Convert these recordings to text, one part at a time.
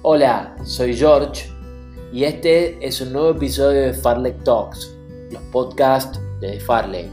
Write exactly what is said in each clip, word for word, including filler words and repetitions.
Hola, soy George y este es un nuevo episodio de Farlek Talks, los podcasts de Farlek.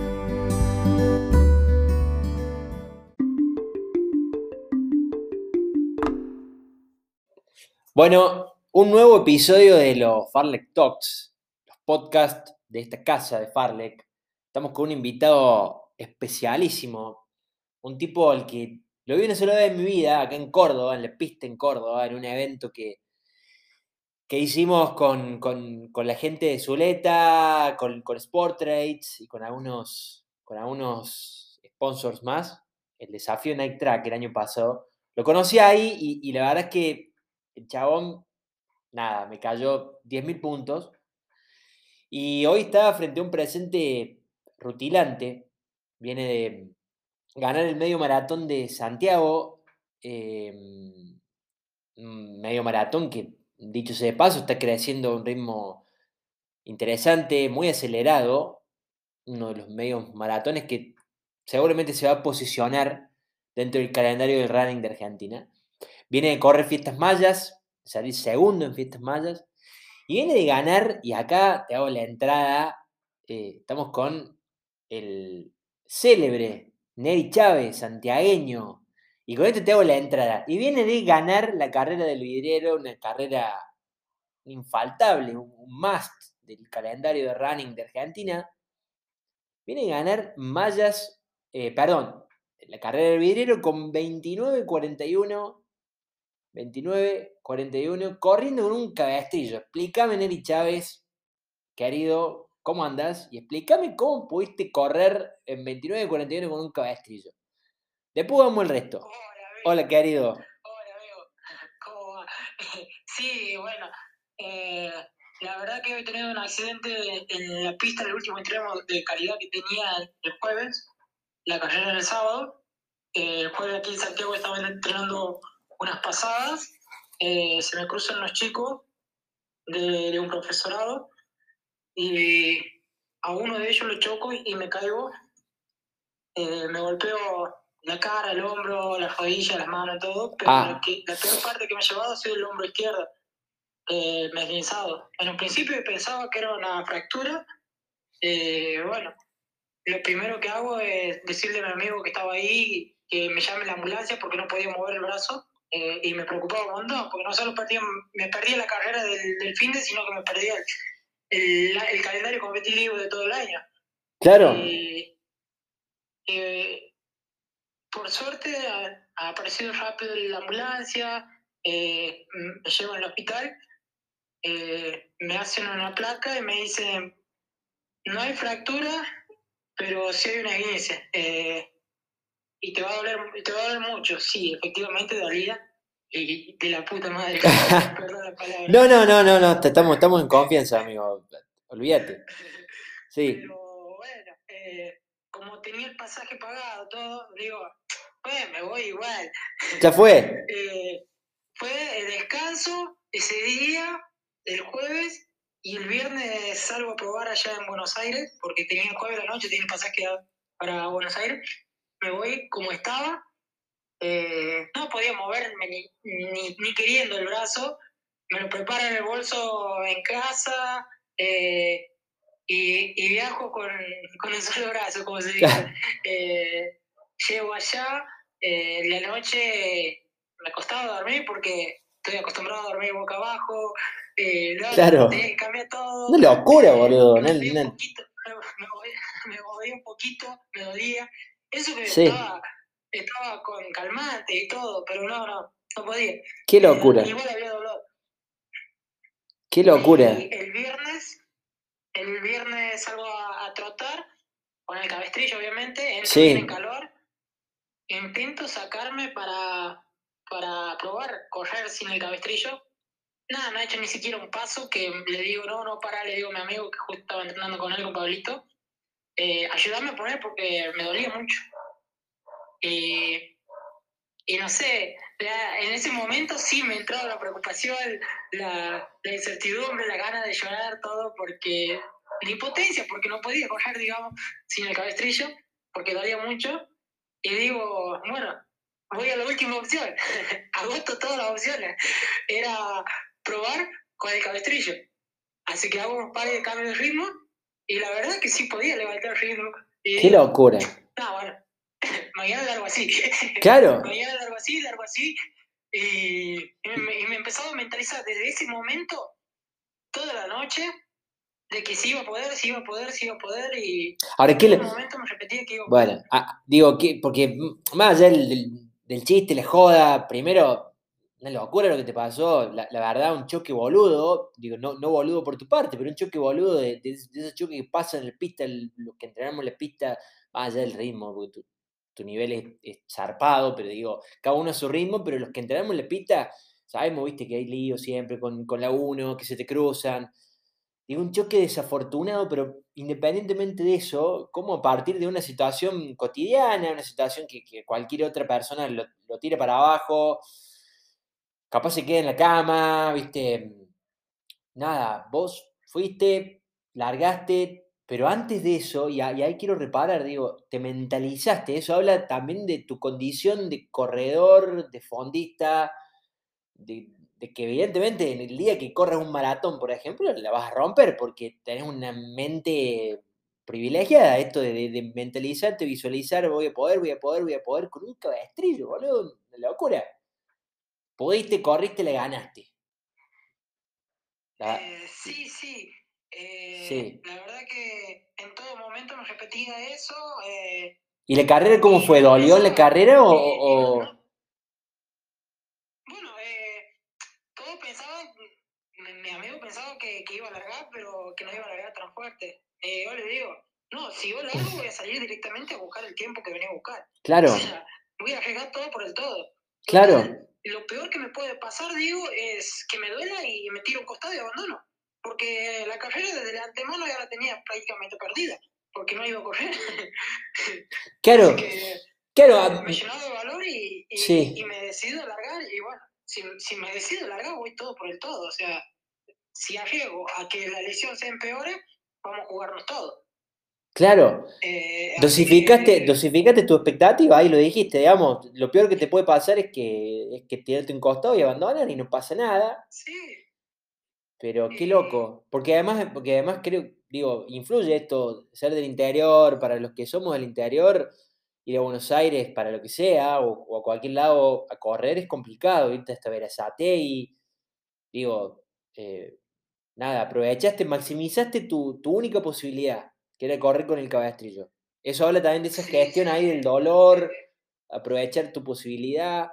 Bueno, un nuevo episodio de los Farlek Talks, los podcasts de esta casa de Farlek. Estamos con un invitado especialísimo, un tipo al que lo vi una sola vez en mi vida, acá en Córdoba, en la pista en Córdoba, en un evento que, que hicimos con, con, con la gente de Zuleta, con, con Sportrates y con algunos, con algunos sponsors más. El desafío Night Track el año pasado. Lo conocí ahí y, y la verdad es que el chabón, nada, me cayó diez mil puntos. Y hoy está frente a un presente rutilante. Viene de ganar el medio maratón de Santiago. Eh, un medio maratón que, dicho sea de paso, está creciendo a un ritmo interesante, muy acelerado. Uno de los medios maratones que seguramente se va a posicionar dentro del calendario del running de Argentina. Viene de correr Fiestas Mayas, salir segundo en Fiestas Mayas. Y viene de ganar, y acá te hago la entrada, eh, estamos con el célebre Neri Chávez, santiagueño, y con esto te hago la entrada. Y viene de ganar la carrera del vidriero, una carrera infaltable, un, un must del calendario de running de Argentina. Viene de ganar mallas, eh, perdón, la carrera del vidriero con veintinueve cuarenta y uno veintinueve cuarenta y uno, corriendo con un cabestrillo. Explícame, Neri Chávez, querido, ¿cómo andás? Y explícame cómo pudiste correr en veintinueve cuarenta y uno con un cabestrillo. Después vamos al resto. Hola, amigo. Hola, querido. Hola, amigo. ¿Cómo va? Sí, bueno, eh, la verdad que he tenido un accidente en la pista del último entreno de calidad que tenía el jueves, la carrera del sábado. Eh, el jueves aquí en Santiago estaban entrenando unas pasadas, eh, se me cruzan los chicos de, de un profesorado y a uno de ellos lo choco y me caigo, eh, me golpeo la cara, el hombro, la rodilla, las manos, todo, pero Ah. la, que, la peor parte que me ha llevado ha sido el hombro izquierdo, eh, me he deslizado. En un principio pensaba que era una fractura, eh, bueno, lo primero que hago es decirle a mi amigo que estaba ahí que me llame la ambulancia porque no podía mover el brazo, eh, y me preocupaba un montón, porque no solo perdía, me perdía la carrera del, del fin de, sino que me perdía el, el, el calendario competitivo de todo el año. Claro. Eh, eh, por suerte ha, ha aparecido rápido la ambulancia, eh, me llevan al hospital, eh, me hacen una placa y me dicen, no hay fractura, pero sí hay una esguince, eh, y te va a doler, te va a doler mucho. Sí, efectivamente dolía, y de la puta madre, perdón la palabra. No, no, no, no, no, estamos, estamos en confianza, amigo. Olvídate. Sí. Pero bueno, eh, como tenía el pasaje pagado, todo, digo, pues me voy igual. Ya fue. Eh, fue el descanso ese día, el jueves, y el viernes salgo a probar allá en Buenos Aires, porque tenía el jueves a la noche, tenía el pasaje para Buenos Aires. Me voy como estaba, eh, no podía moverme ni, ni, ni queriendo el brazo, me lo preparo en el bolso en casa, eh, y, y viajo con, con un solo brazo, como se dice. eh, llego allá, eh, la noche me costaba dormir porque estoy acostumbrado a dormir boca abajo, eh, no, Claro. tenía que cambiar todo. Una locura, eh, boludo. me Una, movía una... un poquito, me, me, movía, me movía un poquito, me dolía. Eso que Sí. estaba, estaba con calmante y todo, pero no, no, no podía. Qué Eh, locura. igual había dolor. Qué locura. Y el viernes, el viernes salgo a, a trotar, con el cabestrillo obviamente, entro bien en Sí. calor, intento sacarme para, para probar correr sin el cabestrillo. Nada, no he hecho ni siquiera un paso, que le digo, no, no, para, le digo a mi amigo que justo estaba entrenando con él, con Pablito, eh, ayúdame a poner porque me dolía mucho. Eh, y no sé, la, en ese momento sí me entraba la preocupación, la, la incertidumbre, la gana de llorar, todo, porque la impotencia, porque no podía correr, digamos, sin el cabestrillo, porque dolía mucho. Y digo, bueno, voy a la última opción. Agoto todas las opciones. Era probar con el cabestrillo. Así que hago un par de cambios de ritmo y la verdad es que sí podía levantar el ritmo. Y ¡Qué digo, locura! no, bueno, mañana largo así. Claro. Mañana largo así, largo así. Y, y, me, y me empezaba a mentalizar desde ese momento, toda la noche, de que sí iba a poder, sí iba a poder, sí iba a poder. Y Ahora, en ¿qué todo le...? momento me repetía que iba a poder. Bueno, ah, digo, que, porque más allá del, del, del chiste, la joda, primero, una locura lo que te pasó, la, la verdad, un choque boludo, digo, no, no boludo por tu parte, pero un choque boludo de, de, de esos choques que pasan en la pista, el- los que entrenamos en la pista, más allá del ritmo, porque tu, tu nivel es, es zarpado, pero digo, cada uno a su ritmo, pero los que entrenamos en la pista, sabemos, viste, que hay líos siempre con, con la uno, que se te cruzan. Digo, un choque desafortunado, pero independientemente de eso, como a partir de una situación cotidiana, una situación que, que cualquier otra persona lo, lo tira para abajo, capaz se queda en la cama, viste, nada, vos fuiste, largaste, pero antes de eso, y, a- y ahí quiero reparar, digo, te mentalizaste, eso habla también de tu condición de corredor, de fondista, de, de que evidentemente en el día que corres un maratón, por ejemplo, la vas a romper porque tenés una mente privilegiada, esto de, de, de mentalizarte, visualizar, voy a poder, voy a poder, voy a poder, con un cabestrillo, boludo, una locura. Pudiste, corriste, le ganaste. La- Eh, sí, sí. Eh, sí. la verdad que en todo momento me repetía eso. Eh, ¿Y la carrera cómo y fue? me ¿Dolió en la mentalizaba. carrera o...? Y, y no, o- no- bueno, eh, todos pensaban, mi, mi amigo pensaba que, que iba a largar, pero que no iba a largar tan fuerte. Eh, yo le digo, no, si yo largo voy a salir directamente a buscar el tiempo que venía a buscar. O Claro, sea, voy a arriesgar todo por el todo. claro, Total, lo peor que me puede pasar, digo, es que me duela y me tiro a un costado y abandono. Porque la carrera desde el antemano ya la tenía prácticamente perdida, porque no iba a correr. Así claro, que claro, me, ah, me llenó de valor y, y, y sí. me decido a largar. Y bueno, si, si me decido a largar, voy todo por el todo. O sea, si arriesgo a que la lesión se empeore, vamos a jugarnos todo. Claro, Eh, así dosificaste, que dosificaste tu expectativa, ahí lo dijiste, digamos, lo peor que te puede pasar es que, es que tirarte un costado y abandonan y no pasa nada, sí. pero qué Y, loco, porque además, porque además creo, digo, influye esto, ser del interior, para los que somos del interior, ir a Buenos Aires para lo que sea, o, o a cualquier lado a correr es complicado, irte hasta Berazategui, digo, eh, nada, aprovechaste, maximizaste tu, tu única posibilidad, que era correr con el cabestrillo. Eso habla también de esa sí, gestión sí. ahí del dolor, Eh, aprovechar tu posibilidad.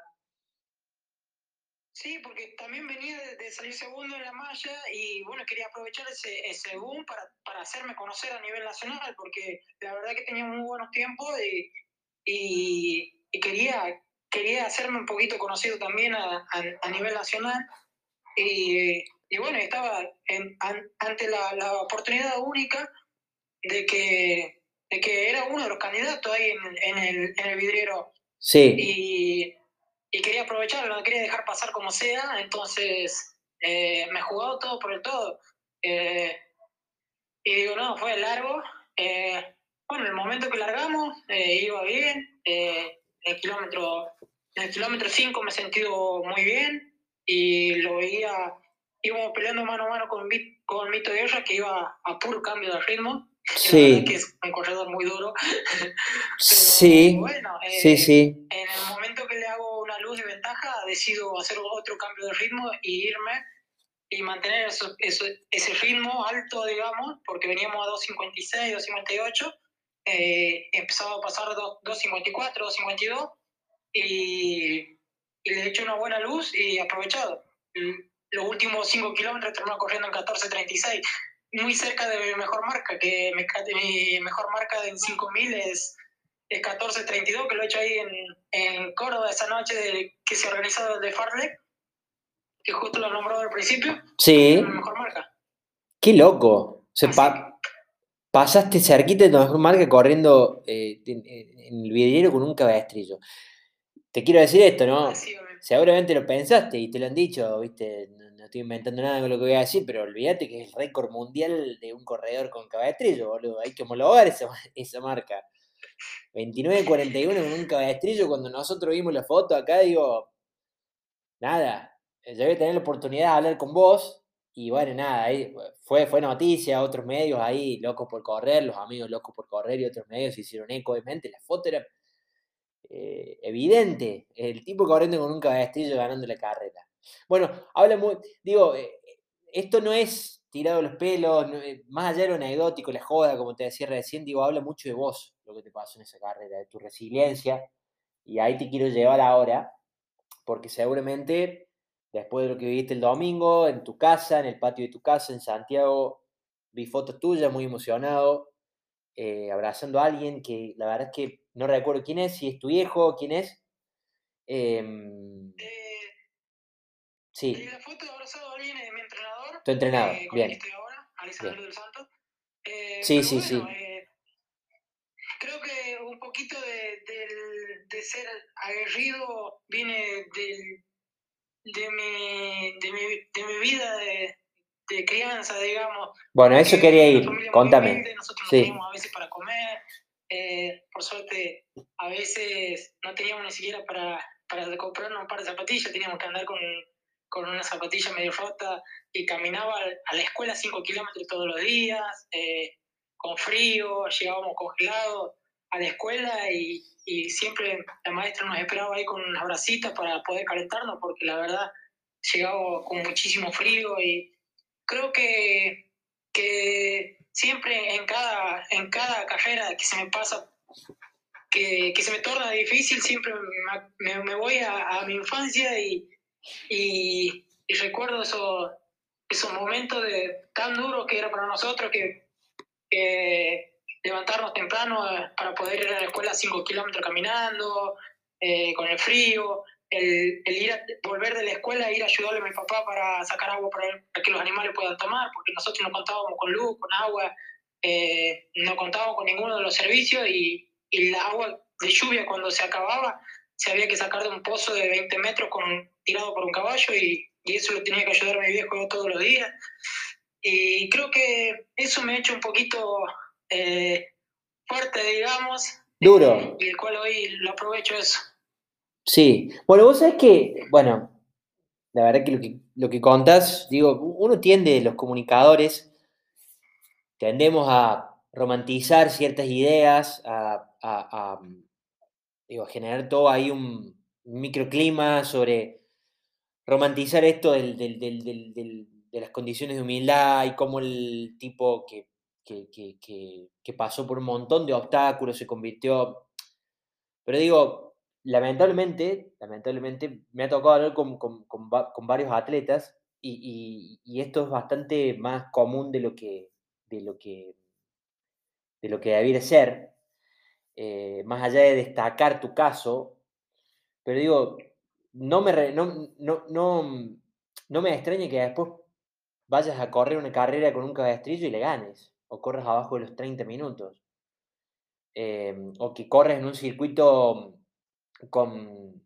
Sí, porque también venía de, de salir segundo en la malla y bueno, quería aprovechar ese, ese boom para, para hacerme conocer a nivel nacional, porque la verdad que tenía muy buenos tiempos y, y, y quería, quería hacerme un poquito conocido también a, a, a nivel nacional. Y, y bueno, estaba en, an, ante la, la oportunidad única de que, de que era uno de los candidatos ahí en, en, el, en el vidriero. Sí, Y, y quería aprovecharlo, no quería dejar pasar como sea, entonces eh, me he jugado todo por el todo. Eh, y digo, no, fue largo. Eh, bueno, en el momento que largamos, eh, iba bien. Eh, en el kilómetro en el kilómetro cinco me he sentido muy bien y lo veía, íbamos peleando mano a mano con, con Mito Guerra, que iba a puro cambio de ritmo. La verdad que sí, es un corredor muy duro. Pero sí, bueno, sí, eh, sí, en el momento que le hago una luz de ventaja, decido hacer otro cambio de ritmo y irme y mantener eso, eso, ese ritmo alto, digamos, porque veníamos a dos cincuenta y seis, dos cincuenta y ocho, eh, empezaba a pasar a dos cincuenta y cuatro, dos cincuenta y dos y, y le he hecho una buena luz y aprovechado. Los últimos cinco kilómetros terminó corriendo en catorce treinta y seis, muy cerca de mi mejor marca, que mi, mi mejor marca en cinco mil es, es catorce treinta y dos, que lo he hecho ahí en, en Córdoba esa noche de, que se organizó el de Farlek, que justo lo nombró al principio, es mi sí, mejor marca. qué loco. Se Así que, pa- pasaste cerquita de tu mejor marca corriendo eh, en, en- en el vidriero con un cabestrillo. Te quiero decir esto, ¿no? así, obviamente. Seguramente lo pensaste y te lo han dicho, ¿viste? No, no estoy inventando nada con lo que voy a decir, pero olvídate que es el récord mundial de un corredor con cabestrillo, boludo. Hay que homologar esa, esa marca. veintinueve cuarenta y uno con un cabestrillo, cuando nosotros vimos la foto acá, digo, nada, eh, yo voy a tener la oportunidad de hablar con vos, y bueno, nada, ahí fue, fue noticia, otros medios ahí locos por correr, los amigos locos por correr y otros medios se hicieron eco, obviamente, la foto era eh, evidente, el tipo corriendo con un cabestrillo ganando la carrera. Bueno, habla muy, digo, eh, esto no es tirado los pelos, no, eh, más allá de lo anecdótico, la joda, como te decía recién, digo, habla mucho de vos, lo que te pasó en esa carrera, de tu resiliencia, y ahí te quiero llevar ahora, porque seguramente después de lo que viviste el domingo, en tu casa, en el patio de tu casa, en Santiago, vi fotos tuyas muy emocionado, eh, abrazando a alguien que la verdad es que no recuerdo quién es, si es tu viejo, quién es. Em, Eh, en sí, la foto he abrazado a alguien, es mi entrenador, tu entrenador, eh, con el que bien, estoy ahora, bien. Alexander del Santo. Eh, Sí, pero sí, bueno, sí. eh, creo que un poquito de, del- de ser aguerrido viene del, de, mi, de, mi, de mi vida de, de crianza, digamos, Bueno, a eso porque vengo quería de una ir, familia muy contame. humilde, nosotros no Sí, teníamos a veces para comer, eh, por suerte a veces no teníamos ni siquiera para, para comprarnos un par de zapatillas, teníamos que andar con, con una zapatilla medio rota y caminaba a la escuela cinco kilómetros todos los días, eh, con frío, llegábamos congelados a la escuela y, y siempre la maestra nos esperaba ahí con unas bracitas para poder calentarnos, porque la verdad llegaba con muchísimo frío y creo que, que siempre en cada, en cada carrera que se me pasa, que, que se me torna difícil, siempre me, me, me voy a, a, mi infancia y, y, y recuerdo esos, esos momentos de, tan duros que era para nosotros que, que levantarnos temprano eh, para poder ir a la escuela cinco kilómetros caminando, eh, con el frío, el, el ir a, volver de la escuela e ir a ayudarle a mi papá para sacar agua para, para que los animales puedan tomar, porque nosotros no contábamos con luz, con agua, eh, no contábamos con ninguno de los servicios y, y la agua de lluvia cuando se acababa se había que sacar de un pozo de veinte metros con, tirado por un caballo y, y eso lo tenía que ayudar mi viejo todos los días. Y creo que eso me ha hecho un poquito eh, fuerte, digamos, eh, duro. y el cual hoy lo aprovecho eso. Sí. Bueno, vos sabés que, bueno, la verdad que lo que, lo que contás, digo, uno tiende, los comunicadores, tendemos a romantizar ciertas ideas, a, a, a, digo, a generar todo ahí un microclima sobre romantizar esto del, del, del, del, del, de las condiciones de humildad y cómo el tipo que, que, que, que, que pasó por un montón de obstáculos se convirtió. Pero digo, lamentablemente, lamentablemente me ha tocado hablar con, con, con, con varios atletas y, y, y, esto es bastante más común de lo que, de lo que, de lo que debiera ser, eh, más allá de destacar tu caso, pero digo, no me, re, no, no, no, no me extraña que después vayas a correr una carrera con un cabestrillo y le ganes, o corras abajo de los treinta minutos, eh, o que corres en un circuito con,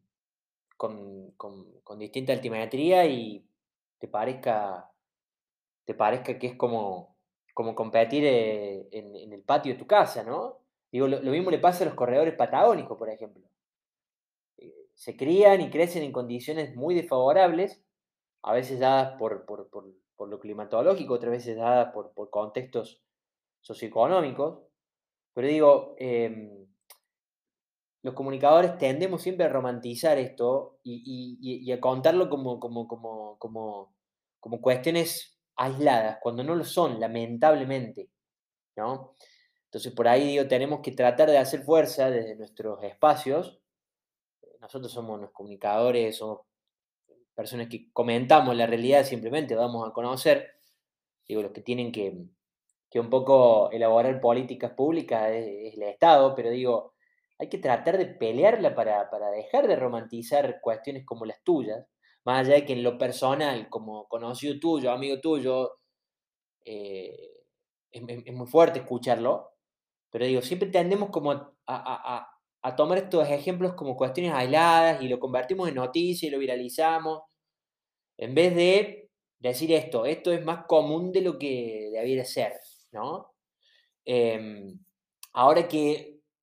con, con, con distinta altimetría y te parezca, te parezca que es como, como competir eh, en, en, el patio de tu casa, ¿no? Digo, lo, lo mismo le pasa a los corredores patagónicos, por ejemplo. Eh, se crían y crecen en condiciones muy desfavorables, a veces dadas por, por, por, por lo climatológico, otras veces dadas por, por contextos socioeconómicos, pero digo, eh, los comunicadores tendemos siempre a romantizar esto y, y, y a contarlo como, como, como, como, como cuestiones aisladas, cuando no lo son, lamentablemente, ¿no? Entonces, por ahí digo, tenemos que tratar de hacer fuerza desde nuestros espacios. Nosotros somos los comunicadores, somos personas que comentamos la realidad, simplemente vamos a conocer, digo, los que tienen que, que un poco elaborar políticas públicas es, es el Estado, pero digo, hay que tratar de pelearla para, para dejar de romantizar cuestiones como las tuyas, más allá de que en lo personal, como conocido tuyo, amigo tuyo, eh, es, es, muy fuerte escucharlo, pero digo, siempre tendemos como a, a, a, a tomar estos ejemplos como cuestiones aisladas y lo convertimos en noticia y lo viralizamos, en vez de decir esto, esto es más común de lo que debiera ser, ¿no? Eh, ahora que,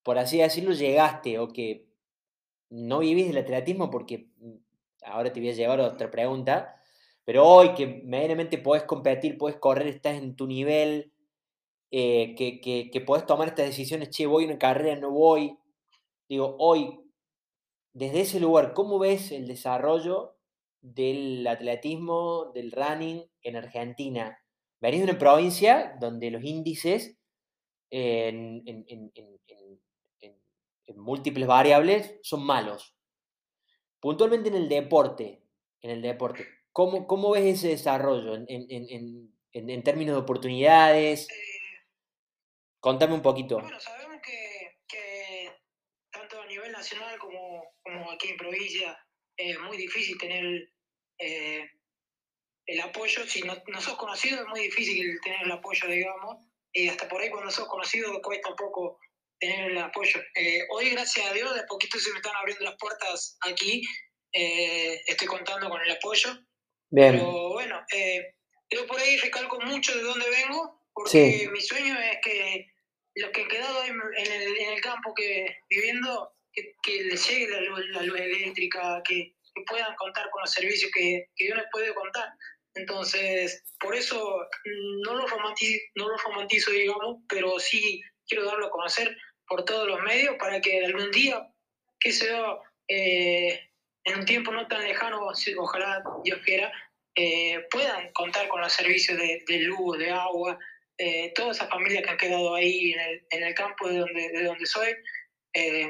por así decirlo, llegaste o que no vivís del atletismo, porque mm, ahora te voy a llevar a otra pregunta, pero hoy que medianamente podés competir, podés correr, estás en tu nivel, eh, que, que, que podés tomar estas decisiones, che, voy a una carrera, no voy. Digo, hoy, desde ese lugar, ¿cómo ves el desarrollo del atletismo, del running en Argentina? Venís de una provincia donde los índices en, en, en, en, en, en- en múltiples variables son malos. Puntualmente en el deporte, en el deporte, ¿cómo, cómo ves ese desarrollo en, en, en, en- en- en términos de oportunidades? Eh, Contame un poquito. bueno, sabemos que, que tanto a nivel nacional como, como aquí en provincia es muy difícil tener eh, el apoyo. Si no, no sos conocido es muy difícil tener el apoyo, digamos, y hasta por ahí cuando sos conocido cuesta un poco tener el apoyo. Eh, hoy, gracias a Dios, de a poquito se me están abriendo las puertas aquí. Eh, estoy contando con el apoyo, Bien, pero bueno, eh, yo por ahí recalco mucho de dónde vengo, porque sí, mi sueño es que los que han quedado en el, en el campo que viviendo, que, que les llegue la luz, la luz eléctrica, que, que puedan contar con los servicios que, que yo les puedo contar. Entonces, por eso mm, no lo romantizo, no lo romantizo, digamos, pero sí quiero darlo a conocer por todos los medios para que algún día, que sea eh, en un tiempo no tan lejano, ojalá Dios quiera, eh, puedan contar con los servicios de, de luz, de agua, eh, todas esas familias que han quedado ahí en el, en el campo de donde, de donde soy, eh,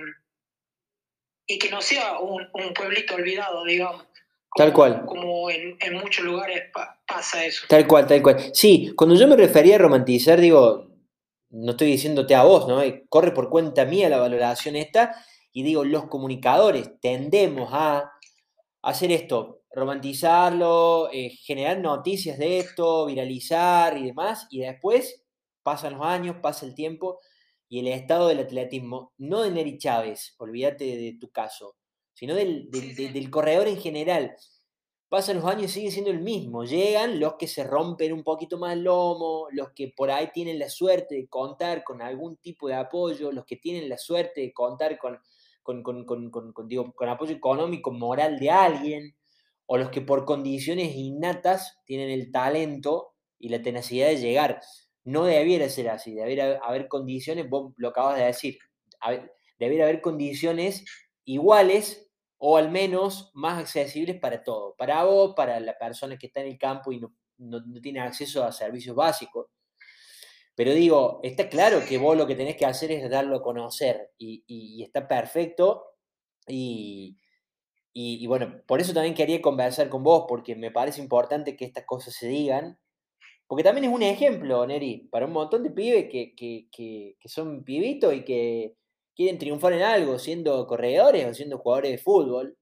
y que no sea un, un pueblito olvidado, digamos, tal como, cual. como en, en muchos lugares pa- pasa eso. Tal cual, tal cual. Sí, cuando yo me refería a romantizar, digo, no estoy diciéndote a vos, ¿no? Eh, Corre por cuenta mía la valoración esta, y digo, los comunicadores tendemos a hacer esto, romantizarlo, eh, generar noticias de esto, viralizar y demás, y después pasan los años, pasa el tiempo, y el estado del atletismo, no de Neri Chávez, olvídate de tu caso, sino del, Sí, del, sí. del- del corredor en general. Pasan los años y sigue siendo el mismo. Llegan los que se rompen un poquito más el lomo, los que por ahí tienen la suerte de contar con algún tipo de apoyo, los que tienen la suerte de contar con, con, con, con, con, con, digo, con apoyo económico, moral de alguien, o los que por condiciones innatas tienen el talento y la tenacidad de llegar. No debiera ser así, debiera haber condiciones, vos lo acabas de decir, debiera haber condiciones iguales o al menos más accesibles para todo, para vos, para la persona que está en el campo y no, no, no tiene acceso a servicios básicos. Pero digo, está claro que Sí, vos lo que tenés que hacer es darlo a conocer y, y, y está perfecto. Y, y, y, bueno, por eso también quería conversar con vos, porque me parece importante que estas cosas se digan, porque también es un ejemplo, Neri, para un montón de pibes que, que, que, que son pibitos y que quieren triunfar en algo, siendo corredores o siendo jugadores de fútbol,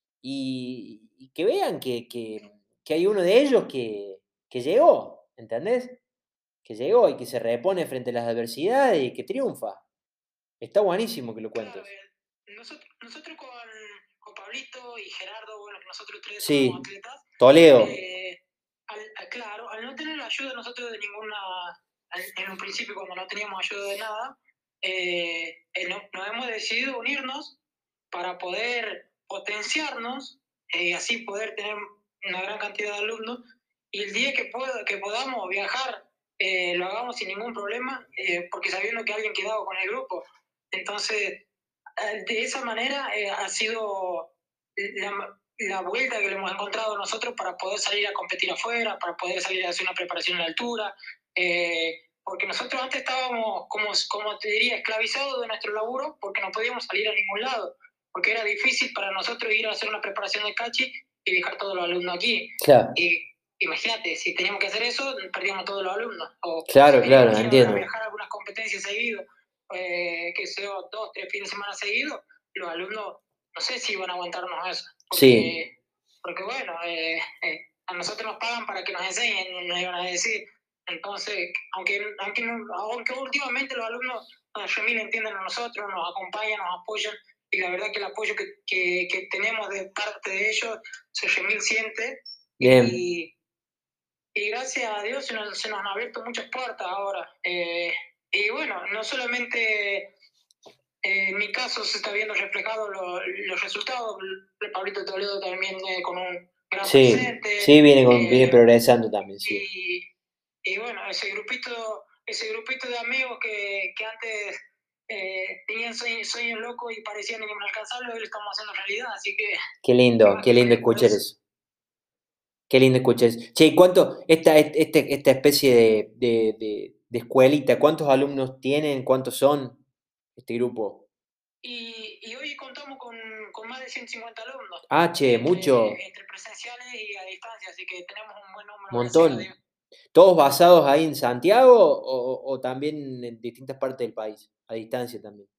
y, y que vean que, que, que hay uno de ellos que, que llegó, ¿entendés? Que llegó y que se repone frente a las adversidades y que triunfa. Está buenísimo que lo claro. cuentes. Eh, nosotros, nosotros con, con Pablito y Gerardo, bueno, que nosotros tres somos Sí, atletas, Toledo, eh, al, a- claro, al no tener la ayuda nosotros de ninguna, al- en un principio cuando no teníamos ayuda de nada, eh, eh, no- nos hemos decidido unirnos para poder potenciarnos y así poder tener una gran cantidad de alumnos, y el día que, pueda, que podamos viajar, eh, lo hagamos sin ningún problema, eh, porque sabiendo que alguien quedado con el grupo. Entonces, eh, de esa manera eh, ha sido la, la vuelta que le hemos encontrado nosotros para poder salir a competir afuera, para poder salir a hacer una preparación a la altura, eh, porque nosotros antes estábamos, como, como te diría, esclavizados de nuestro laburo, porque no podíamos salir a ningún lado, porque era difícil para nosotros ir a hacer una preparación de cachi y dejar todos los alumnos aquí. claro, Y imagínate, si teníamos que hacer eso, perdíamos todos los alumnos. O si claro, claro, teníamos que ir a entiendo. viajar a algunas competencias seguido, eh, que sea dos, tres fines de semana seguidos, los alumnos no sé si iban a aguantarnos eso. Sí, Porque, porque bueno, eh, eh, a nosotros nos pagan para que nos enseñen, nos iban a decir. Entonces, aunque, aunque, aunque últimamente los alumnos también entienden a nosotros, nos acompañan, nos apoyan, y la verdad que el apoyo que, que, que tenemos de parte de ellos se Yemil siente, bien, y, y gracias a Dios se nos, se nos han abierto muchas puertas ahora. Eh, y bueno, no solamente Eh, en mi caso se está viendo reflejado lo, los resultados. Pablito Toledo también eh, con un gran Sí, presente. sí, viene, con, viene eh, progresando también, sí. y, y bueno, ese grupito, ese grupito de amigos que, que antes eh, tenían sueños, sueños locos y parecían inalcanzables, hoy lo estamos haciendo realidad, así que, Qué que lindo, más qué que lindo feliz por escuchar eso. eso. Qué lindo escuchar eso. Che, ¿y cuánto, esta, este, esta especie de, de, de, de escuelita, cuántos alumnos tienen, cuántos son este grupo? Y, y hoy contamos con, con más de ciento cincuenta alumnos, Ah, che, mucho, entre, entre presenciales y a distancia, así que tenemos un buen número, gracias a montón. Dios. ¿Todos basados ahí en Santiago o, o también en distintas partes del país? A distancia también.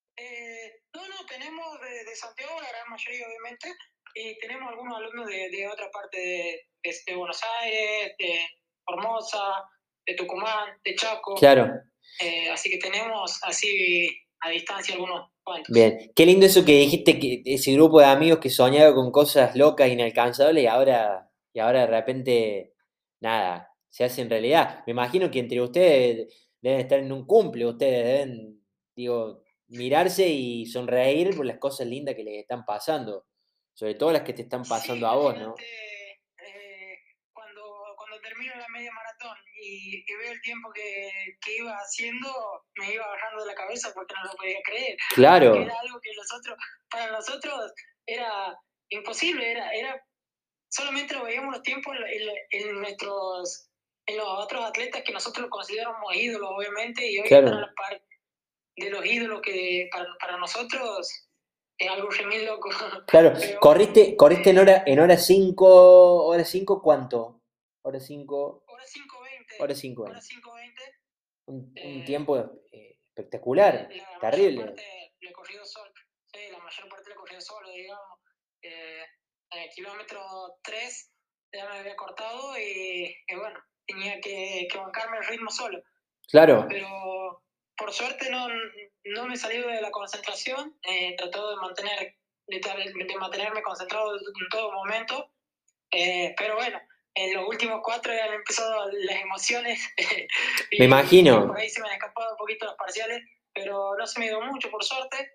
Eh, no, no, tenemos de, de Santiago la gran mayoría, obviamente, y tenemos algunos alumnos de, de otra parte de, de, de Buenos Aires, de Formosa, de Tucumán, de Chaco, Claro, eh, así que tenemos así a distancia algunos cuantos. bien. Qué lindo eso que dijiste, que ese grupo de amigos que soñaba con cosas locas, inalcanzables, y ahora, y ahora de repente, nada, se hace en realidad. Me imagino que entre ustedes deben estar en un cumple, ustedes deben, digo, mirarse y sonreír por las cosas lindas que les están pasando. Sobre todo las que te están Sí, pasando a vos, ¿no? imagínate eh, cuando, cuando termino la media maratón y, y veo el tiempo que, que iba haciendo, me iba bajando de la cabeza porque no lo podía creer, porque Claro, era algo que nosotros, para nosotros era imposible, era, era solamente lo veíamos los tiempos en, en, en nuestros, en los otros atletas que nosotros consideramos ídolos, obviamente, y hoy están a claro. la par de los ídolos que para, para nosotros es algo remil loco. Claro, Pero bueno, corriste, corriste en eh, hora, en hora cinco, hora cinco, ¿cuánto? Hora cinco, hora cinco veinte, hora cinco hora veinte. cinco veinte, Un, un eh, tiempo eh, espectacular, la mayor terrible. parte le he corrido solo. Sí, la mayor parte le he corrido solo, digamos. Eh, en el kilómetro tres ya me había cortado y, y bueno, tenía que, que bancarme el ritmo solo. Claro, Pero por suerte no, no me salí de la concentración, eh, tratado de mantener de, de mantenerme concentrado en todo momento, eh, pero bueno, en los últimos cuatro ya han empezado las emociones me y, y, por imagino. ahí se me han escapado un poquito los parciales, pero no se me dio mucho por suerte,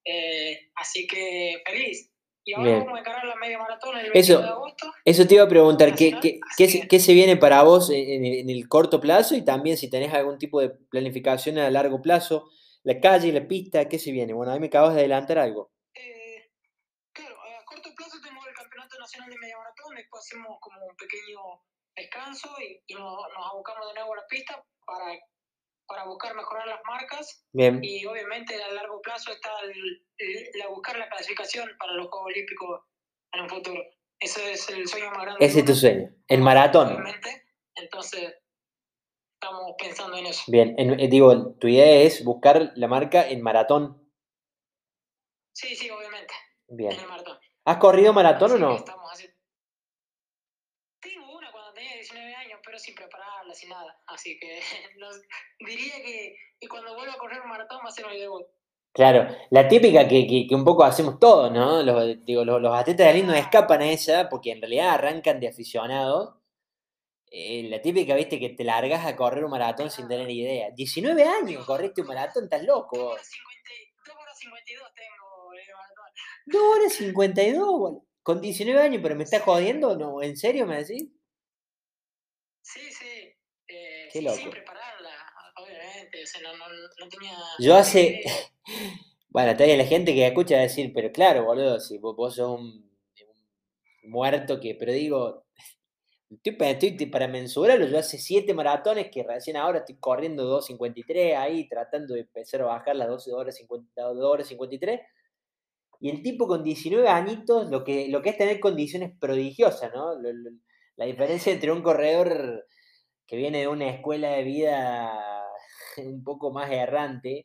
eh, así que feliz. Y ahora vamos a Bien. encarar la media maratón el veintidós de Eso, agosto, eso te iba a preguntar, ¿qué, nacional, qué, así qué, que se qué se viene para vos en, en el corto plazo y también si tenés algún tipo de planificación a largo plazo? La calle, la pista, ¿qué se viene? Bueno, ahí me acabas de adelantar algo. eh, claro, a corto plazo tenemos el Campeonato Nacional de Media Maratón, después hacemos como un pequeño descanso y, y nos, nos abocamos de nuevo a la pista para, para buscar mejorar las marcas Bien, y obviamente a largo plazo está el, el, la buscar la clasificación para los Juegos Olímpicos en un futuro. Ese es el sueño más grande de ese es tu uno, sueño. El como atleta maratón. obviamente, entonces estamos pensando en eso. Bien, en- eh, digo, tu idea es buscar la marca en maratón. Sí, sí, obviamente, en Bien. el maratón. ¿Has corrido maratón o Así que no? estamos haciendo. Tengo una cuando tenía diecinueve años, pero sin prepararla, sin nada. Así que no, diría que, que cuando vuelva a correr un maratón va a ser mi debut. Claro, la típica que, que, que un poco hacemos todos, ¿no? Los, digo, los, los atletas de no Claro, escapan a esa porque en realidad arrancan de aficionados. Eh, la típica, viste, que te largas a correr un maratón sin tener claro. idea. Diecinueve Digo, años corriste un maratón, estás loco dos vos. horas, cincuenta, dos horas cincuenta y dos tengo de maratón. dos horas cincuenta y dos, boludo. Con diecinueve años, pero me estás Sí, jodiendo, ¿no? ¿En serio me decís? sí, sí. Eh, Qué sí, sin loco. prepararla, obviamente. O sea, no, no, no, tenía, Yo no tenía hace. idea. Bueno, está bien la gente que escucha decir, pero claro, boludo, si vos, vos sos un, un muerto que, pero digo, estoy, pa- estoy te- para mensurarlo, yo hace siete maratones que recién ahora estoy corriendo dos cincuenta y tres ahí, tratando de empezar a bajar las doce horas cincuenta, dos horas cincuenta y tres, y el tipo con diecinueve añitos, lo que, lo que es tener condiciones prodigiosas, ¿no? Lo- lo- la diferencia entre un corredor que viene de una escuela de vida un poco más errante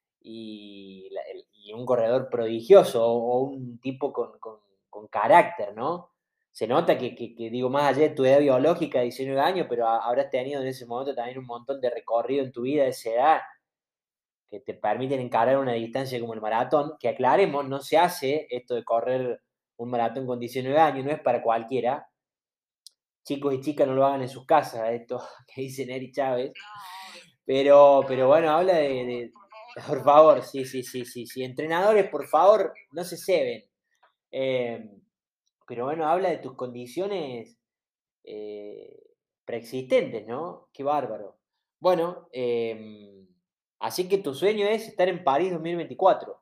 y, la- el- y un corredor prodigioso o, o un tipo con, con- con carácter, ¿no? Se nota que, que- que, digo, más allá de tu edad biológica, diecinueve años, pero ha- habrás tenido en ese momento también un montón de recorrido en tu vida de esa edad que te permiten encarar una distancia como el maratón, que aclaremos, no se hace esto de correr un maratón con diecinueve años, no es para cualquiera. Chicos y chicas no lo hagan en sus casas, esto que dice Neri Chávez. No, obvio. Pero, pero No, bueno, no, habla por de, favor, de- por favor. favor. Por favor, sí, sí, sí, sí, sí. Entrenadores, por favor, no se ceben. Eh, pero bueno, habla de tus condiciones eh, preexistentes, ¿no? Qué bárbaro. Bueno, eh, así que tu sueño es estar en París dos mil veinticuatro.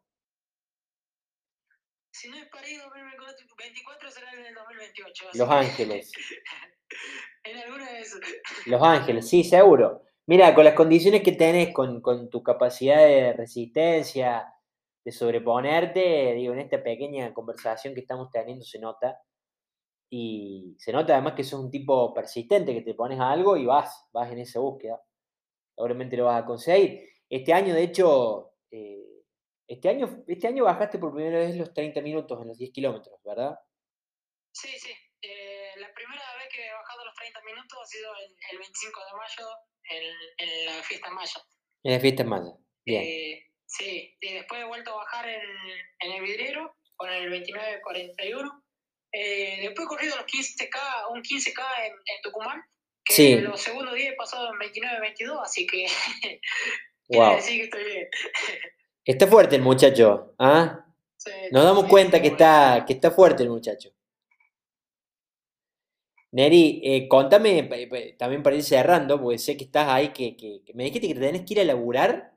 Si no es París dos mil veinticuatro, será en el dos mil veintiocho. Así Los que Ángeles. en alguna de esos. Los Ángeles, sí, seguro. Mira, con las condiciones que tenés, con, con tu capacidad de resistencia, de sobreponerte, digo, en esta pequeña conversación que estamos teniendo se nota. Y se nota además que sos un tipo persistente, que te pones a algo y vas, vas en esa búsqueda. Seguramente lo vas a conseguir. Este año, de hecho, eh, este año, este año bajaste por primera vez los treinta minutos en los diez kilómetros, ¿verdad? Sí, sí. Eh, la primera vez que he bajado los treinta minutos ha sido el, el veinticinco de mayo en, en la fiesta maya. En la fiesta en Maya. Bien. Eh, sí, y después he vuelto a bajar en, en el vidriero con el veintinueve cuarenta y uno. Eh, después he corrido los quince K, un quince K en, en Tucumán, que Sí. los segundos días he pasado en veintinueve veintidós, así que Wow. quiere decir que estoy bien. Está fuerte el muchacho, ¿ah? Sí, Nos damos sí, cuenta sí, que bueno. está, que está fuerte el muchacho. Neri, eh, contame, pa- pa- también para ir cerrando, porque sé que estás ahí, que, que- que me dijiste que te tenés que ir a laburar.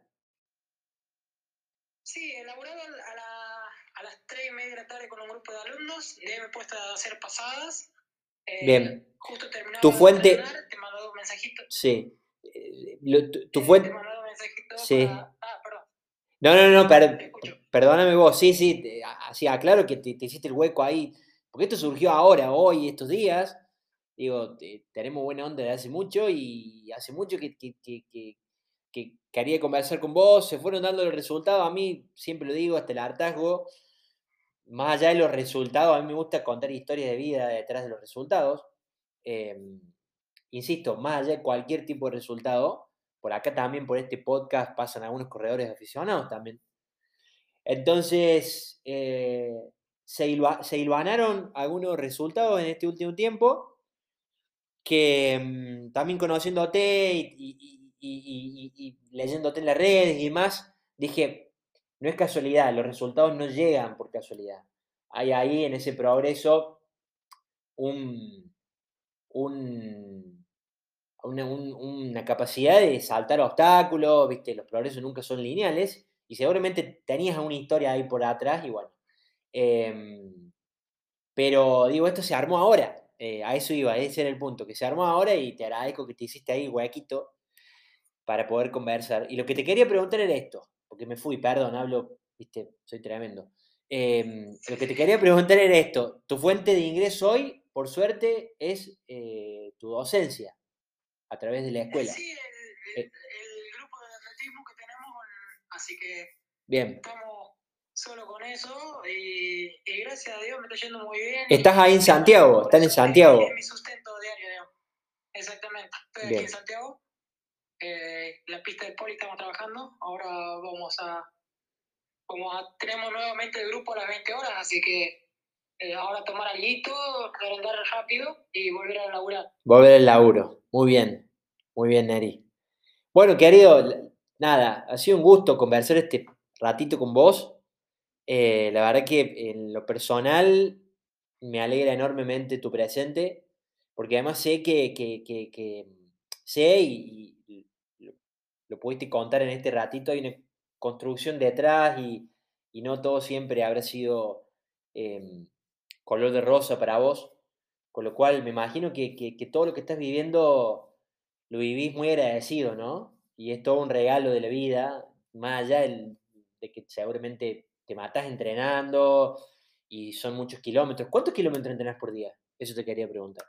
Sí, elaboraba a, la, a las tres y media de la tarde con un grupo de alumnos, de ahí me he puesto a hacer pasadas. Eh, Bien. Justo terminaba Tu de fuente, entrenar, te mandó un mensajito. sí. Eh, lo- tu, tu Eh, te fuente, mandó un mensajito sí. para. Ah, perdón, No, no, no, te per- escucho. perdóname vos, sí, sí, te- así aclaro que te, te hiciste el hueco ahí, porque esto surgió ahora, hoy, estos días. Digo, te- tenemos buena onda de hace mucho y hace mucho que, que, que, que- que quería conversar con vos, se fueron dando los resultados, a mí, siempre lo digo, hasta el hartazgo, más allá de los resultados, a mí me gusta contar historias de vida detrás de los resultados. Eh, Insisto, más allá de cualquier tipo de resultado, por acá también, por este podcast, pasan algunos corredores aficionados también. Entonces, eh, se, hilva- se hilvanaron algunos resultados en este último tiempo que mm, también conociéndote y, y- y- y- y leyéndote en las redes y demás, dije, no es casualidad, los resultados no llegan por casualidad. Hay ahí en ese progreso un, un- una, un- una capacidad de saltar obstáculos, ¿viste? Los progresos nunca son lineales y seguramente tenías una historia ahí por atrás y bueno. em, pero digo, esto se armó ahora. Eh, a eso iba, ese era el punto, que se armó ahora y te agradezco que te hiciste ahí huequito para poder conversar. Y lo que te quería preguntar era esto, porque me fui, perdón, hablo, viste, soy tremendo. Eh, lo que te quería preguntar era esto, tu fuente de ingreso hoy, por suerte, es eh, tu docencia a través de la escuela. Sí, el, el, Eh, el grupo de atletismo que tenemos, así que bien. estamos solo con eso y, y gracias a Dios me está yendo muy bien. ¿Estás y, ahí en Santiago? por ¿Están en eso es, Santiago? es mi sustento diario, digamos. Exactamente. Estoy aquí Bien. en Santiago. Eh, la pista del Poli estamos trabajando. Ahora vamos a, vamos a. Tenemos nuevamente el grupo a las veinte horas, así que eh, ahora tomar algo, calentar rápido y volver a laburar. Volver al laburo. Muy bien. Muy bien, Neri. Bueno, querido, nada, ha sido un gusto conversar este ratito con vos. Eh, la verdad que en lo personal me alegra enormemente tu presente, porque además sé que, que- que- que- sé y, y lo, lo pudiste contar en este ratito, hay una construcción detrás y, y no todo siempre habrá sido em, color de rosa para vos, con lo cual me imagino que, que- que todo lo que estás viviendo lo vivís muy agradecido, ¿no? Y es todo un regalo de la vida, más allá del- de que seguramente te matás entrenando y son muchos kilómetros. ¿Cuántos kilómetros entrenás por día? Eso te quería preguntar.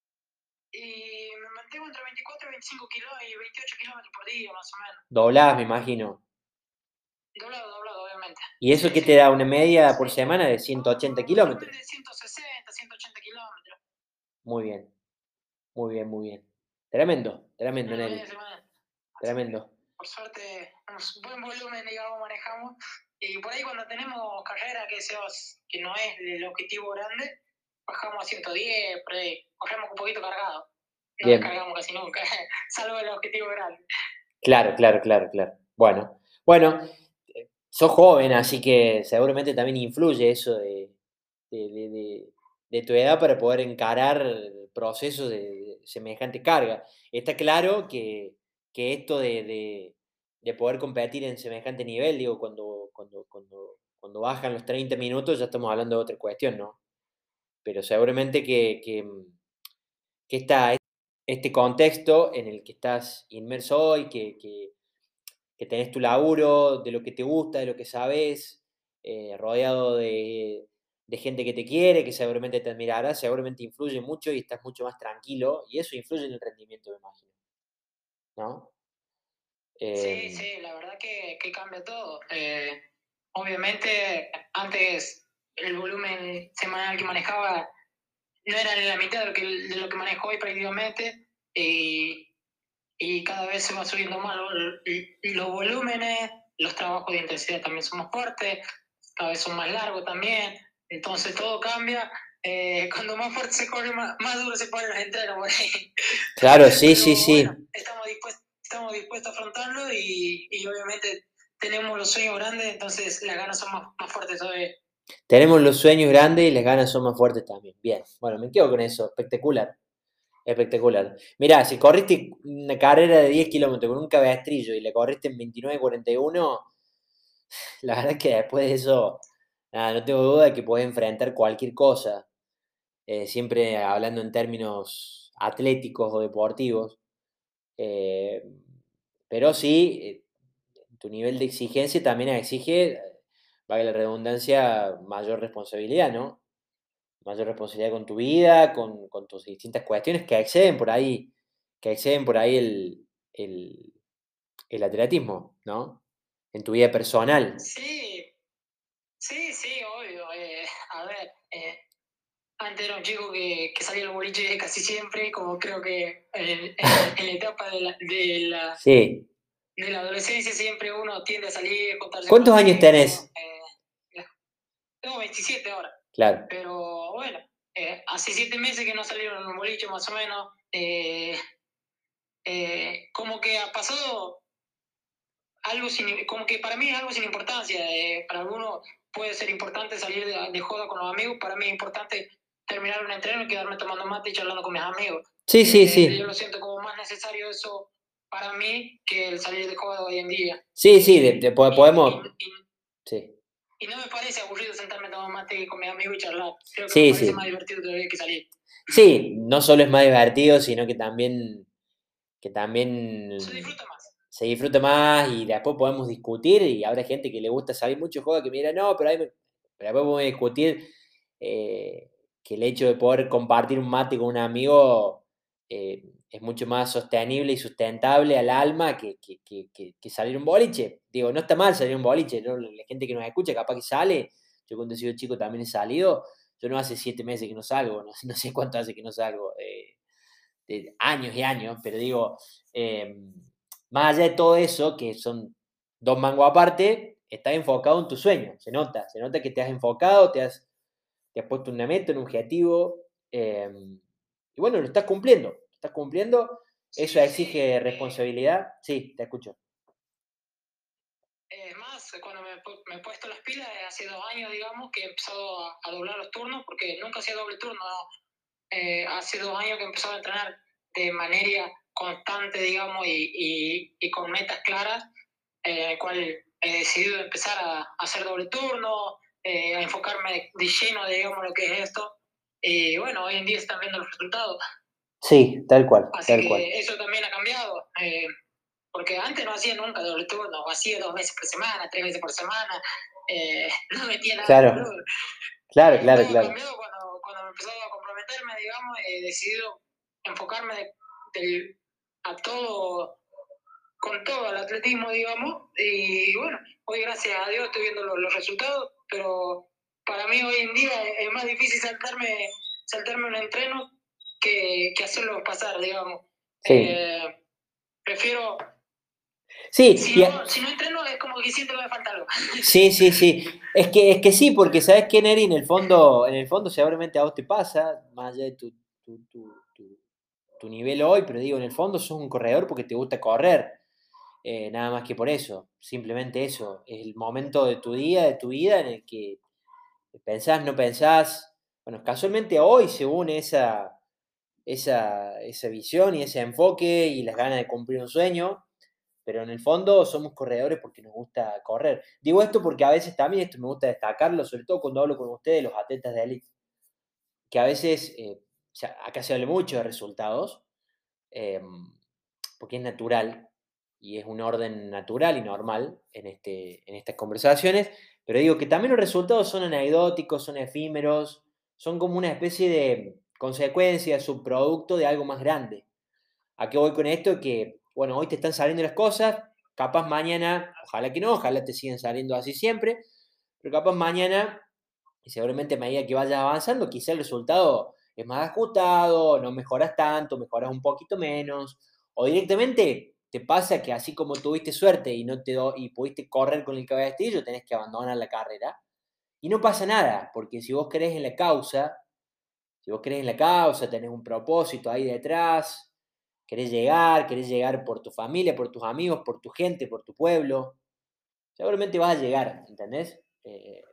Y me mantengo entre veinticuatro y veinticinco kilos y veintiocho kilómetros por día, más o menos. Doblás, me imagino. Doblado, doblado, obviamente. ¿Y eso Sí, qué sí. te da una media por Sí. semana de ciento ochenta No, kilómetros? normalmente ciento sesenta, ciento ochenta kilómetros. Muy bien, muy bien, muy bien. Tremendo, tremendo, Una media Nelly. semana. Así que, Tremendo. por suerte, un buen volumen, digamos, manejamos. Y por ahí cuando tenemos carrera que, seas, que no es el objetivo grande, bajamos a ciento diez, por ahí. Corremos un poquito cargado. No Bien. descargamos casi nunca, salvo el objetivo grande. Claro, claro, claro, claro. Bueno. Bueno, eh, sos joven, así que seguramente también influye eso de, de, de- de- de tu edad para poder encarar el proceso de, de semejante carga. Está claro que, que esto de, de- de poder competir en semejante nivel, digo, cuando, cuando, cuando, cuando bajan los treinta minutos ya estamos hablando de otra cuestión, ¿no? Pero seguramente que, que, mm, que está este contexto en el que estás inmerso hoy, que, que, que tenés tu laburo, de lo que te gusta, de lo que sabes, eh, rodeado de, de gente que te quiere, que seguramente te admirará, seguramente influye mucho y estás mucho más tranquilo, y eso influye en el rendimiento, me imagino, ¿no? Sí, Em, sí, la verdad que, que cambia todo. Eh, obviamente, antes el volumen semanal que manejaba no era ni la mitad de lo que, de lo que manejo hoy prácticamente, y, y cada vez se va subiendo más lo- los volúmenes, los trabajos de intensidad también son más fuertes, cada vez son más largos también, entonces todo cambia. Eh, cuando más fuerte se corre, más, más duro se ponen los entrenos por ahí. claro, sí, sí, Pero bueno, sí. estamos dispuestos, estamos dispuestos a afrontarlo y, y obviamente tenemos los sueños grandes, entonces las ganas son más, más fuertes todavía. Tenemos los sueños grandes y las ganas son más fuertes también. Bien, bueno, me quedo con eso, espectacular. Espectacular. Mirá, si corriste una carrera de diez kilómetros con un cabestrillo y la corriste en veintinueve cuarenta y uno, la verdad es que después de eso, nada, no tengo duda de que podés enfrentar cualquier cosa, eh, siempre hablando en términos atléticos o deportivos. eh, pero sí, eh, tu nivel de exigencia también exige, eh, valga la redundancia, mayor responsabilidad, ¿no? Mayor responsabilidad con tu vida, con, con tus distintas cuestiones que exceden por ahí, que exceden por ahí el, el, el atletismo, ¿no? En tu vida personal. Sí, sí, sí, obvio. Eh, a ver, eh, antes era un chico que, que salía al boliche casi siempre, como creo que en, en- en la etapa de la, de, la, Sí. de la adolescencia siempre uno tiende a salir, juntarse con ¿Cuántos años amigos. tenés? Eh, tengo veintisiete ahora, Claro. pero bueno, eh, hace siete meses que no salieron un boliche más o menos. Eh, eh, como que ha pasado algo sin, como que para mí es algo sin importancia. Eh, para algunos puede ser importante salir de, de joda con los amigos, para mí es importante terminar un entreno y quedarme tomando mate y charlando con mis amigos. Sí, sí, Eh, yo sí. lo siento como más necesario eso para mí que el salir de joda hoy en día. Sí, sí, de- Eh, de- po- y, y, podemos. y, Sí. y no me parece aburrido sentarme a tomar mate con mis amigos y charlar. Creo que me Sí, parece más sí. divertido todavía que salir. Sí, no solo es más divertido, sino que también, que Se también disfruta más. se disfruta más y después podemos discutir y habrá gente que le gusta salir mucho juego que mira, no, pero, ahí me- pero después podemos discutir eh, que el hecho de poder compartir un mate con un amigo eh, es mucho más sostenible y sustentable al alma que, que, que, que- que salir un boliche. Digo, no está mal salir un boliche, ¿no? La gente que nos escucha capaz que sale, yo cuando he sido chico también he salido, yo no hace siete meses que no salgo, no, no sé cuánto hace que no salgo, eh, de años y años, pero digo, eh, más allá de todo eso, que son dos mangos aparte, estás enfocado en tu sueño, se nota, se nota que te has enfocado, te has, te has puesto una meta, un objetivo, eh, y bueno, lo estás cumpliendo, lo estás cumpliendo, eso Sí, sí. exige Eh, responsabilidad, sí, te escucho. Es más, cuando me, me he puesto las pilas, eh, hace dos años, digamos, que he empezado a, a doblar los turnos, porque nunca hacía doble turno, ¿no? Eh, hace dos años que he empezado a entrenar de manera constante, digamos, y, y, y con metas claras, eh, el cual he decidido empezar a, a hacer doble turno, eh, a enfocarme de lleno, digamos, en lo que es esto. Y bueno, hoy en día están viendo los resultados. Sí, tal cual, Así tal cual. que eso también ha cambiado. Eh, porque antes no hacía nunca doble turno, o hacía dos veces por semana, tres veces por semana, eh, no metía nada de Claro, volumen. claro, Eh, claro, todo claro. cambió cuando, cuando me empezó a comprometerme, digamos, he decidido enfocarme de, del- a todo, con todo el atletismo, digamos, y bueno, hoy gracias a Dios estoy viendo los, los resultados, pero para mí hoy en día es más difícil saltarme, saltarme un entreno que, que hacerlo pasar, digamos. Sí, Eh, prefiero sí, si y, no, si no entreno es como que siento que me falta algo. sí, sí, sí. Es que, es que sí, porque sabes qué, Neri, en el fondo, en el fondo seguramente a vos te pasa, más allá de tu, tu, tu, tu- tu nivel hoy, pero digo, en el fondo sos un corredor porque te gusta correr. eh, nada más que por eso, simplemente eso, es el momento de tu día, de tu vida en el que pensás, no pensás, bueno, casualmente hoy se une esa, esa, esa visión y ese enfoque y las ganas de cumplir un sueño, pero en el fondo somos corredores porque nos gusta correr. Digo esto porque a veces también esto me gusta destacarlo, sobre todo cuando hablo con ustedes, los atletas de élite, que a veces, eh, o sea, acá se habla mucho de resultados, eh, porque es natural y es un orden natural y normal en, este, en estas conversaciones, pero digo que también los resultados son anecdóticos, son efímeros, son como una especie de consecuencia, subproducto de algo más grande. ¿A qué voy con esto? Que, bueno, hoy te están saliendo las cosas, capaz mañana, ojalá que no, ojalá te sigan saliendo así siempre, pero capaz mañana, y seguramente a medida que vayas avanzando, quizá el resultado es más ajustado, no mejoras tanto, mejoras un poquito menos, o directamente te pasa que así como tuviste suerte y, no te do, y pudiste correr con el cabestillo, tenés que abandonar la carrera. Y no pasa nada, porque si vos crees en la causa, si vos crees en la causa, tenés un propósito ahí detrás, querés llegar, querés llegar por tu familia, por tus amigos, por tu gente, por tu pueblo, seguramente vas a llegar, ¿entendés? Eh,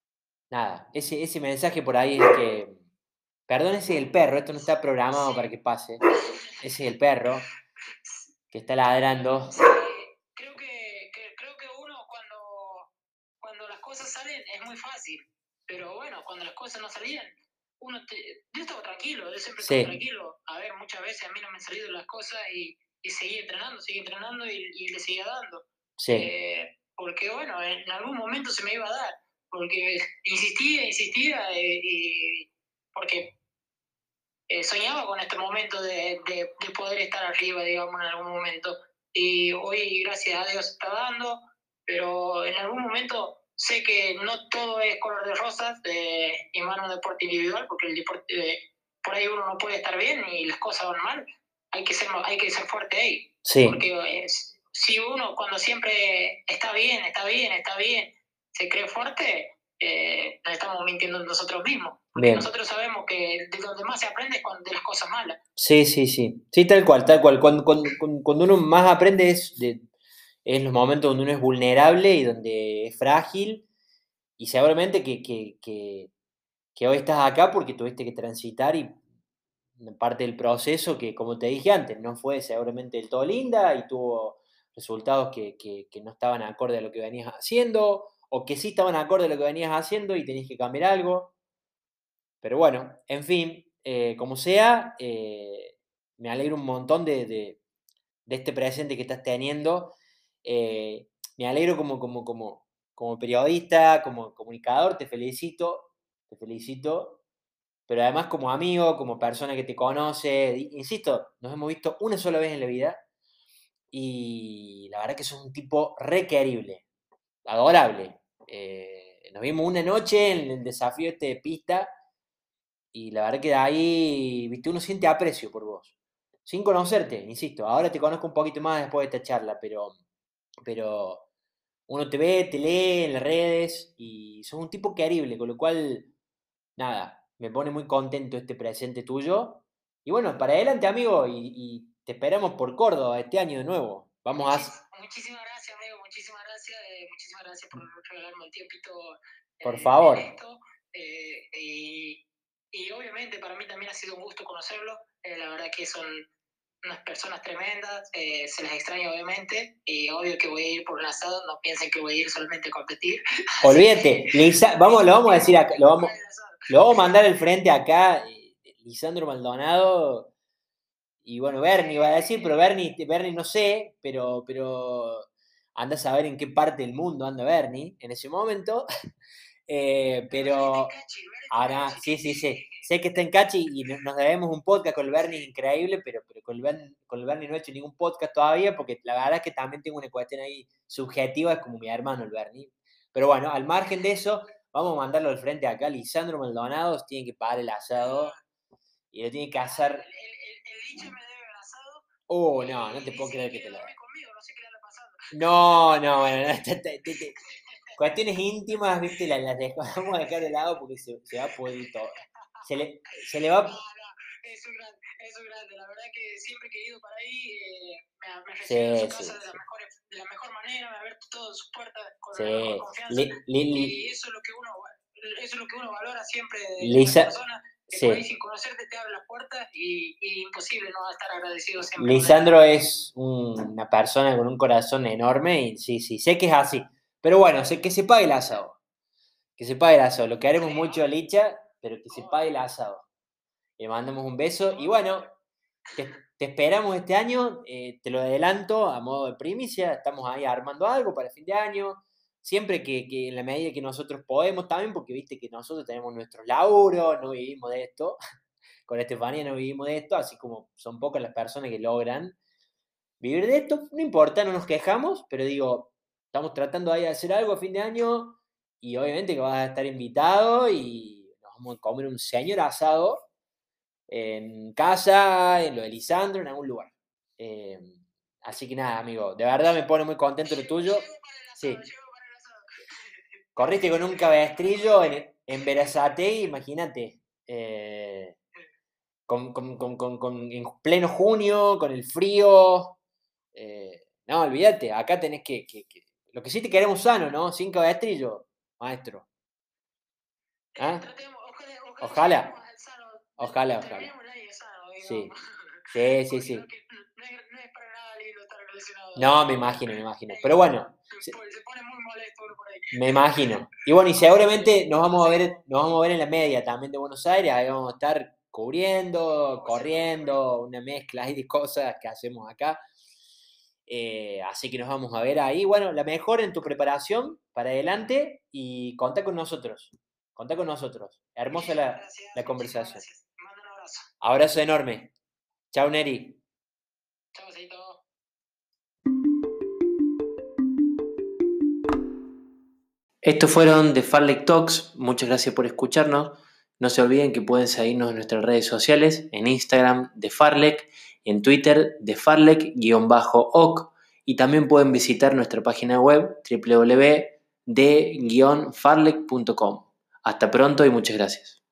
nada, ese, ese mensaje por ahí es que, perdón, ese es el perro, esto no está programado para que Sí. pase, ese es el perro que está ladrando. Sí, creo que, que- creo que uno cuando, cuando las cosas salen es muy fácil, pero bueno, cuando las cosas no salían, uno te, yo estaba tranquilo, yo siempre estuve Sí, tranquilo. A ver, muchas veces a mí no me han salido las cosas y, y seguí entrenando, seguí entrenando y, y le seguía dando. sí, Eh, porque bueno, en algún momento se me iba a dar, porque insistía, insistía eh, y porque eh, soñaba con este momento de, de, de, poder estar arriba, digamos, en algún momento. Y hoy, gracias a Dios, se está dando, pero en algún momento sé que no todo es color de rosas, eh, y más un deporte individual, porque el deporte, eh, por ahí uno no puede estar bien y las cosas van mal. Hay que ser, hay que ser fuerte ahí, sí, porque es, si uno cuando siempre está bien, está bien, está bien, se cree fuerte, eh, nos estamos mintiendo nosotros mismos, porque bien. nosotros sabemos que de donde más se aprende es cuando, de las cosas malas. Sí, sí, sí. Sí, tal cual, tal cual. Cuando, cuando, cuando uno más aprende es, de, es los momentos donde uno es vulnerable y donde es frágil. Y seguramente que, que, que, que hoy estás acá porque tuviste que transitar y parte del proceso que, como te dije antes, no fue seguramente del todo linda y tuvo resultados que, que, que no estaban acorde a lo que venías haciendo o que sí estaban acorde a lo que venías haciendo y tenías que cambiar algo. Pero bueno, en fin, eh, como sea, eh, me alegro un montón de, de, de este presente que estás teniendo. Eh, me alegro como, como, como, como periodista, como comunicador, te felicito, te felicito, pero además como amigo, como persona que te conoce, di- insisto, nos hemos visto una sola vez en la vida y la verdad que sos un tipo requerible, adorable. Eh, nos vimos una noche en el desafío este de pista y la verdad que de ahí, viste, uno siente aprecio por vos. Sin conocerte, insisto, ahora te conozco un poquito más después de esta charla, pero, pero uno te ve, te lee en las redes y sos un tipo querible, con lo cual, nada, me pone muy contento este presente tuyo. Y bueno, para adelante, amigo, y, y te esperamos por Córdoba este año de nuevo. Vamos a... Muchis, muchísimas gracias, amigo, muchísimas gracias, eh, muchísimas gracias por regalarme el tiempito Por eh, en favor. esto. Eh, y, y, obviamente para mí también ha sido un gusto conocerlo. Eh, la verdad que son unas personas tremendas, eh, se les extraña obviamente, y obvio que voy a ir por un asado, no piensen que voy a ir solamente a competir. Así Olvídate, que, Lisa, vamos, lo vamos a decir acá, lo vamos, para el asado. lo vamos a mandar al frente acá, eh, Lisandro Maldonado. Y bueno, Bernie va a decir, pero Bernie, Bernie no sé, pero, pero anda a saber en qué parte del mundo anda Bernie en ese momento. Eh, Pero Bernie está en pero Cachi, Bernie está en ahora, Cachi. sí, sí, sí. Sé que está en Cachi y no- nos debemos un podcast con el Bernie increíble, pero, pero con, el Bernie, con el Bernie no he hecho ningún podcast todavía porque la verdad es que también tengo una cuestión ahí subjetiva, es como mi hermano el Bernie. Pero bueno, al margen de eso, vamos a mandarlo al frente acá. Lisandro Maldonado tiene que pagar el asado y lo tiene que Claro, hacer. el, el, el dicho me debe un asado Oh, no, no y te puedo dice que creer que te quiere lo... dormir conmigo, no sé qué le anda pasando. No, no, bueno, no, te- te- te- te- cuestiones íntimas, viste, las, las dejamos acá de lado porque se, se va a pudrir todo. Se le, se le No, va, no, Es un grande, es un grande. La verdad que siempre que he ido para ahí, eh, me, me reciben Sí, en su casa sí, de, la sí. mejor, de la mejor manera, me ha abierto todas sus puertas con la mejor Sí. confianza. Li- li- Y eso es lo que uno, eso es lo que uno valora siempre de, de las Lisa, personas, que por ahí sí. sin conocerte te abren las puertas y, y imposible no estar agradecido siempre con él. Lisandro es un- una persona con un corazón enorme y sí, sí, sé que es así. Pero bueno, sé que se pague el asado. Que se pague el asado. Lo que haremos Sí, mucho ¿no? a Licha, pero que se Oh, pague el asado. Le mandamos un beso y oh, bueno, te, te esperamos este año, eh, te lo adelanto a modo de primicia, estamos ahí armando algo para fin de año, siempre que, que en la medida que nosotros podemos también, porque viste que nosotros tenemos nuestros laburos, no vivimos de esto, con Estefanía no vivimos de esto, así como son pocas las personas que logran vivir de esto, no importa, no nos quejamos, pero digo, estamos tratando ahí de hacer algo a fin de año y obviamente que vas a estar invitado y nos vamos a comer un señor asado en casa, en lo de Lisandro, en algún lugar. Eh, así que nada, amigo, de verdad me pone muy contento lo llego, tuyo. llego para el asado, Sí, llego para el asado. corriste con un cabestrillo en, en Berazategui, imagínate. Eh, con, con, con, con, con- en pleno junio, con el frío. Eh, no, olvídate, acá tenés que, que, que- Lo que sí te queremos sano, ¿no? Sin cabestrillo, maestro. Eh, ¿Ah? tratemos, ojalá, ojalá lleguemos Ojalá, al sano, ojalá, ojalá. terminemos el año sano, digamos. Sí, sí, sí, Porque no, sí. que, no, es, no es para nada lindo estar relacionado. No, me imagino, me imagino. Pero Eh, bueno, se, se pone muy molesto uno por ahí. me imagino. Y bueno, y Así que, seguramente nos vamos a así que, ver, nos vamos a ver en la media también de Buenos Aires, ahí vamos a estar cubriendo, oh, seguro, seguro. corriendo, una mezcla ahí de cosas que hacemos acá. Eh, así que nos vamos a ver ahí. Bueno, la mejor en tu preparación para adelante y contá con nosotros. Contá con nosotros. Hermosa Muchísimas la, gracias, la muchísimas conversación. gracias. Mando un abrazo. Abrazo enorme. Chao, Neri. Chao, Seito. Estos fueron The Farlek Talks. Muchas gracias por escucharnos. No se olviden que pueden seguirnos en nuestras redes sociales, en Instagram de Farlek, en Twitter de Farlek-oc y también pueden visitar nuestra página web w w w punto de farlek punto com. Hasta pronto y muchas gracias.